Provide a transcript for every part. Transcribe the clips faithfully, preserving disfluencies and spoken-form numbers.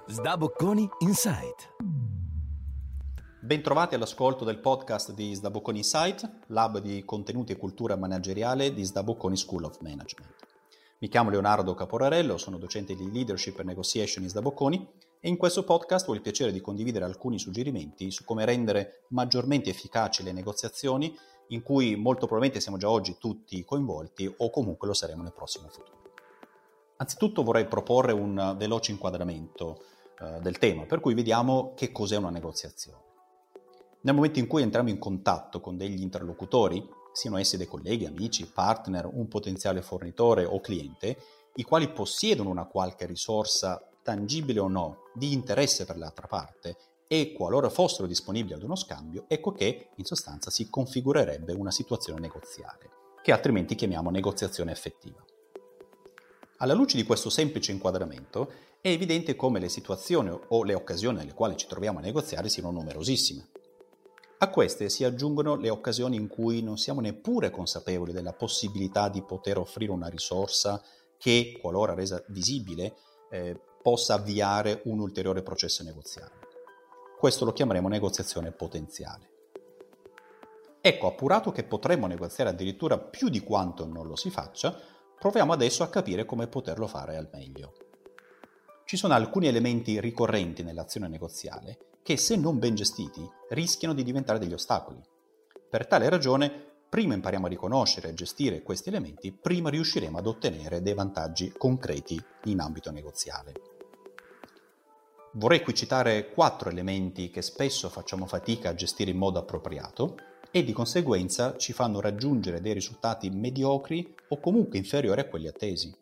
Sdabocconi Insight. Bentrovati all'ascolto del podcast di Sdabocconi Insight, lab di contenuti e cultura manageriale di Sdabocconi School of Management. Mi chiamo Leonardo Caporarello, sono docente di Leadership and Negotiation in Sdabocconi e in questo podcast ho il piacere di condividere alcuni suggerimenti su come rendere maggiormente efficaci le negoziazioni in cui molto probabilmente siamo già oggi tutti coinvolti o comunque lo saremo nel prossimo futuro. Anzitutto vorrei proporre un veloce inquadramento eh, del tema, per cui vediamo che cos'è una negoziazione. Nel momento in cui entriamo in contatto con degli interlocutori, siano essi dei colleghi, amici, partner, un potenziale fornitore o cliente, i quali possiedono una qualche risorsa, tangibile o no, di interesse per l'altra parte, e qualora fossero disponibili ad uno scambio, ecco che in sostanza si configurerebbe una situazione negoziale, che altrimenti chiamiamo negoziazione effettiva. Alla luce di questo semplice inquadramento è evidente come le situazioni o le occasioni nelle quali ci troviamo a negoziare siano numerosissime. A queste si aggiungono le occasioni in cui non siamo neppure consapevoli della possibilità di poter offrire una risorsa che, qualora resa visibile, eh, possa avviare un ulteriore processo negoziale. Questo lo chiameremo negoziazione potenziale. Ecco, appurato che potremmo negoziare addirittura più di quanto non lo si faccia, proviamo adesso a capire come poterlo fare al meglio. Ci sono alcuni elementi ricorrenti nell'azione negoziale che, se non ben gestiti, rischiano di diventare degli ostacoli. Per tale ragione, prima impariamo a riconoscere e gestire questi elementi, prima riusciremo ad ottenere dei vantaggi concreti in ambito negoziale. Vorrei qui citare quattro elementi che spesso facciamo fatica a gestire in modo appropriato e di conseguenza ci fanno raggiungere dei risultati mediocri o comunque inferiori a quelli attesi.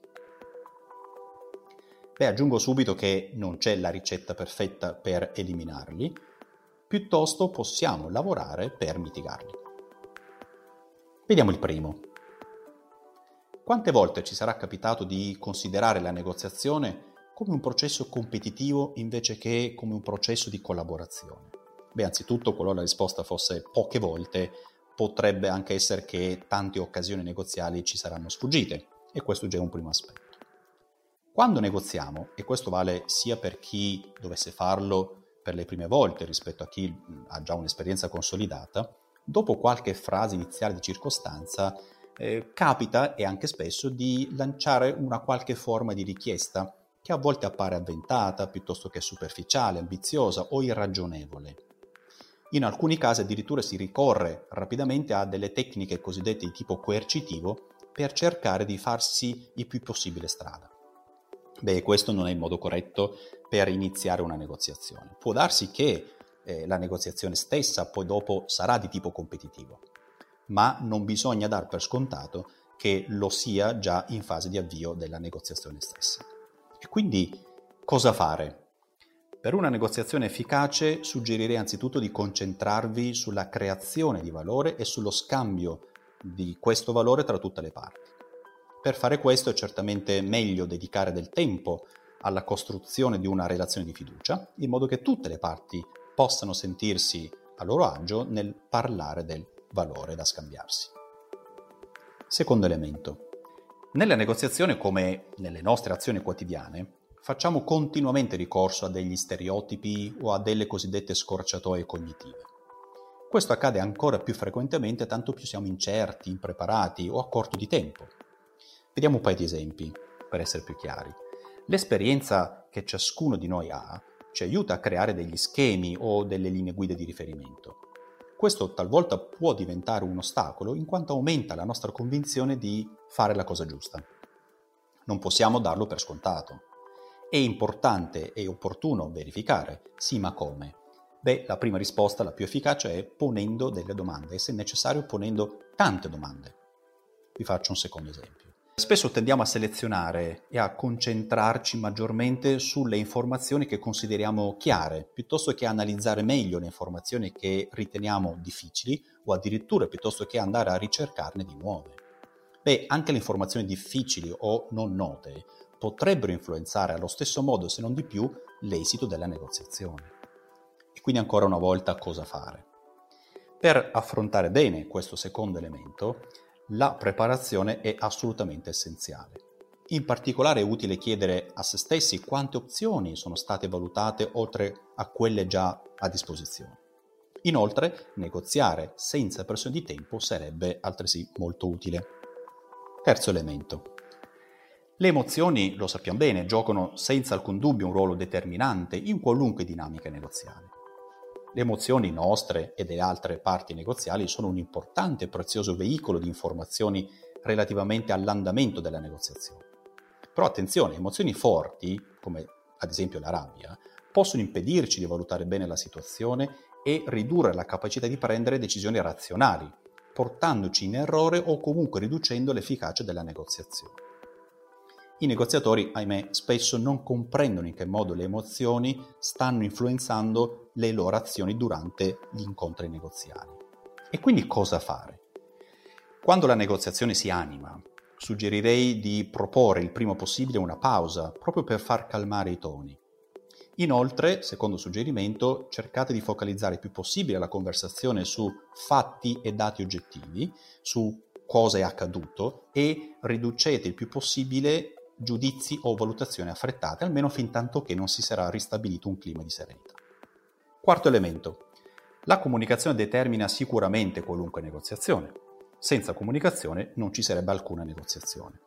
Beh, aggiungo subito che non c'è la ricetta perfetta per eliminarli, piuttosto possiamo lavorare per mitigarli. Vediamo il primo. Quante volte ci sarà capitato di considerare la negoziazione come un processo competitivo invece che come un processo di collaborazione? Beh, anzitutto, qualora la risposta fosse poche volte, potrebbe anche essere che tante occasioni negoziali ci saranno sfuggite, e questo già è un primo aspetto. Quando negoziamo, e questo vale sia per chi dovesse farlo per le prime volte rispetto a chi ha già un'esperienza consolidata, dopo qualche frase iniziale di circostanza, eh, capita, e anche spesso, di lanciare una qualche forma di richiesta che a volte appare avventata, piuttosto che superficiale, ambiziosa o irragionevole. In alcuni casi addirittura si ricorre rapidamente a delle tecniche cosiddette di tipo coercitivo per cercare di farsi il più possibile strada. Beh, questo non è il modo corretto per iniziare una negoziazione. Può darsi che eh, la negoziazione stessa poi dopo sarà di tipo competitivo, ma non bisogna dar per scontato che lo sia già in fase di avvio della negoziazione stessa. E quindi cosa fare? Per una negoziazione efficace suggerirei anzitutto di concentrarvi sulla creazione di valore e sullo scambio di questo valore tra tutte le parti. Per fare questo è certamente meglio dedicare del tempo alla costruzione di una relazione di fiducia, in modo che tutte le parti possano sentirsi a loro agio nel parlare del valore da scambiarsi. Secondo elemento. Nella negoziazione, come nelle nostre azioni quotidiane, facciamo continuamente ricorso a degli stereotipi o a delle cosiddette scorciatoie cognitive. Questo accade ancora più frequentemente tanto più siamo incerti, impreparati o a corto di tempo. Vediamo un paio di esempi, per essere più chiari. L'esperienza che ciascuno di noi ha ci aiuta a creare degli schemi o delle linee guida di riferimento. Questo talvolta può diventare un ostacolo in quanto aumenta la nostra convinzione di fare la cosa giusta. Non possiamo darlo per scontato. È importante e opportuno verificare, sì, ma come? Beh, la prima risposta, la più efficace, è ponendo delle domande e, se necessario, ponendo tante domande. Vi faccio un secondo esempio. Spesso tendiamo a selezionare e a concentrarci maggiormente sulle informazioni che consideriamo chiare, piuttosto che analizzare meglio le informazioni che riteniamo difficili o addirittura piuttosto che andare a ricercarne di nuove. Beh, anche le informazioni difficili o non note potrebbero influenzare allo stesso modo, se non di più, l'esito della negoziazione. E quindi ancora una volta cosa fare? Per affrontare bene questo secondo elemento, la preparazione è assolutamente essenziale. In particolare è utile chiedere a se stessi quante opzioni sono state valutate oltre a quelle già a disposizione. Inoltre, negoziare senza pressione di tempo sarebbe altresì molto utile. Terzo elemento. Le emozioni, lo sappiamo bene, giocano senza alcun dubbio un ruolo determinante in qualunque dinamica negoziale. Le emozioni nostre e delle altre parti negoziali sono un importante e prezioso veicolo di informazioni relativamente all'andamento della negoziazione. Però attenzione, emozioni forti, come ad esempio la rabbia, possono impedirci di valutare bene la situazione e ridurre la capacità di prendere decisioni razionali, portandoci in errore o comunque riducendo l'efficacia della negoziazione. I negoziatori, ahimè, spesso non comprendono in che modo le emozioni stanno influenzando le loro azioni durante gli incontri negoziali. E quindi cosa fare? Quando la negoziazione si anima, suggerirei di proporre il prima possibile una pausa, proprio per far calmare i toni. Inoltre, secondo suggerimento, cercate di focalizzare il più possibile la conversazione su fatti e dati oggettivi, su cosa è accaduto, e riducete il più possibile giudizi o valutazioni affrettate, almeno fin tanto che non si sarà ristabilito un clima di serenità. Quarto elemento. La comunicazione determina sicuramente qualunque negoziazione. Senza comunicazione non ci sarebbe alcuna negoziazione.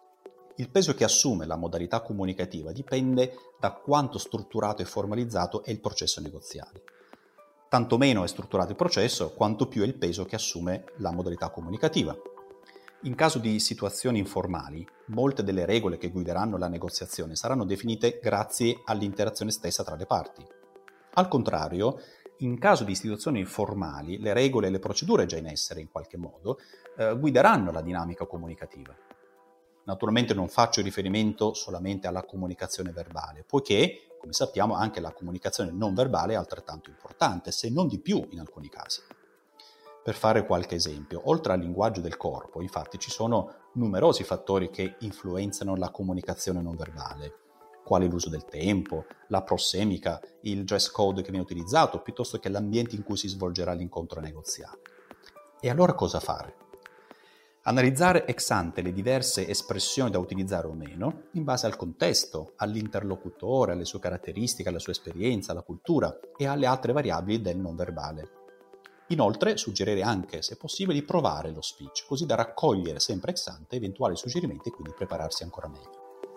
Il peso che assume la modalità comunicativa dipende da quanto strutturato e formalizzato è il processo negoziale. Tanto meno è strutturato il processo, quanto più è il peso che assume la modalità comunicativa. In caso di situazioni informali, molte delle regole che guideranno la negoziazione saranno definite grazie all'interazione stessa tra le parti. Al contrario, in caso di situazioni formali, le regole e le procedure già in essere in qualche modo eh, guideranno la dinamica comunicativa. Naturalmente non faccio riferimento solamente alla comunicazione verbale, poiché, come sappiamo, anche la comunicazione non verbale è altrettanto importante, se non di più in alcuni casi. Per fare qualche esempio, oltre al linguaggio del corpo, infatti, ci sono numerosi fattori che influenzano la comunicazione non verbale, quali l'uso del tempo, la prossemica, il dress code che viene utilizzato, piuttosto che l'ambiente in cui si svolgerà l'incontro negoziale. E allora cosa fare? Analizzare ex ante le diverse espressioni da utilizzare o meno in base al contesto, all'interlocutore, alle sue caratteristiche, alla sua esperienza, alla cultura e alle altre variabili del non verbale. Inoltre, suggerirei anche, se possibile, di provare lo speech, così da raccogliere sempre ex ante eventuali suggerimenti e quindi prepararsi ancora meglio.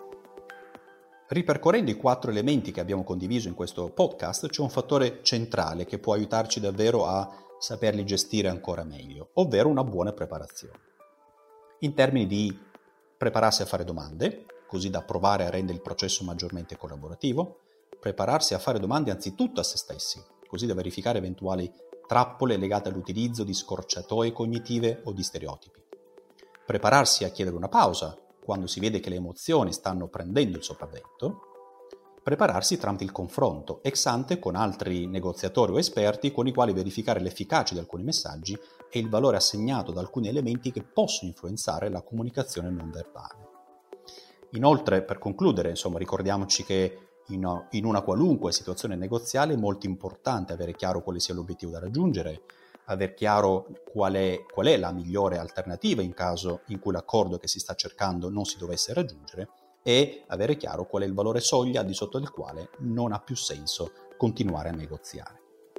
Ripercorrendo i quattro elementi che abbiamo condiviso in questo podcast, c'è un fattore centrale che può aiutarci davvero a saperli gestire ancora meglio, ovvero una buona preparazione. In termini di prepararsi a fare domande, così da provare a rendere il processo maggiormente collaborativo, prepararsi a fare domande anzitutto a se stessi, così da verificare eventuali trappole legate all'utilizzo di scorciatoie cognitive o di stereotipi. Prepararsi a chiedere una pausa quando si vede che le emozioni stanno prendendo il sopravvento. Prepararsi tramite il confronto ex ante con altri negoziatori o esperti con i quali verificare l'efficacia di alcuni messaggi e il valore assegnato da alcuni elementi che possono influenzare la comunicazione non verbale. Inoltre, per concludere, insomma, ricordiamoci che in, in una qualunque situazione negoziale è molto importante avere chiaro quale sia l'obiettivo da raggiungere, aver chiaro qual è, qual è la migliore alternativa in caso in cui l'accordo che si sta cercando non si dovesse raggiungere e avere chiaro qual è il valore soglia al di sotto del quale non ha più senso continuare a negoziare.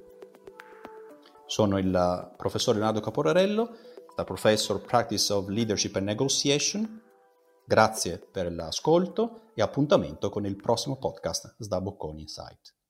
Sono il professor Leonardo Caporarello, da Professor Practice of Leadership and Negotiation. Grazie per l'ascolto e appuntamento con il prossimo podcast S D A Bocconi Insight.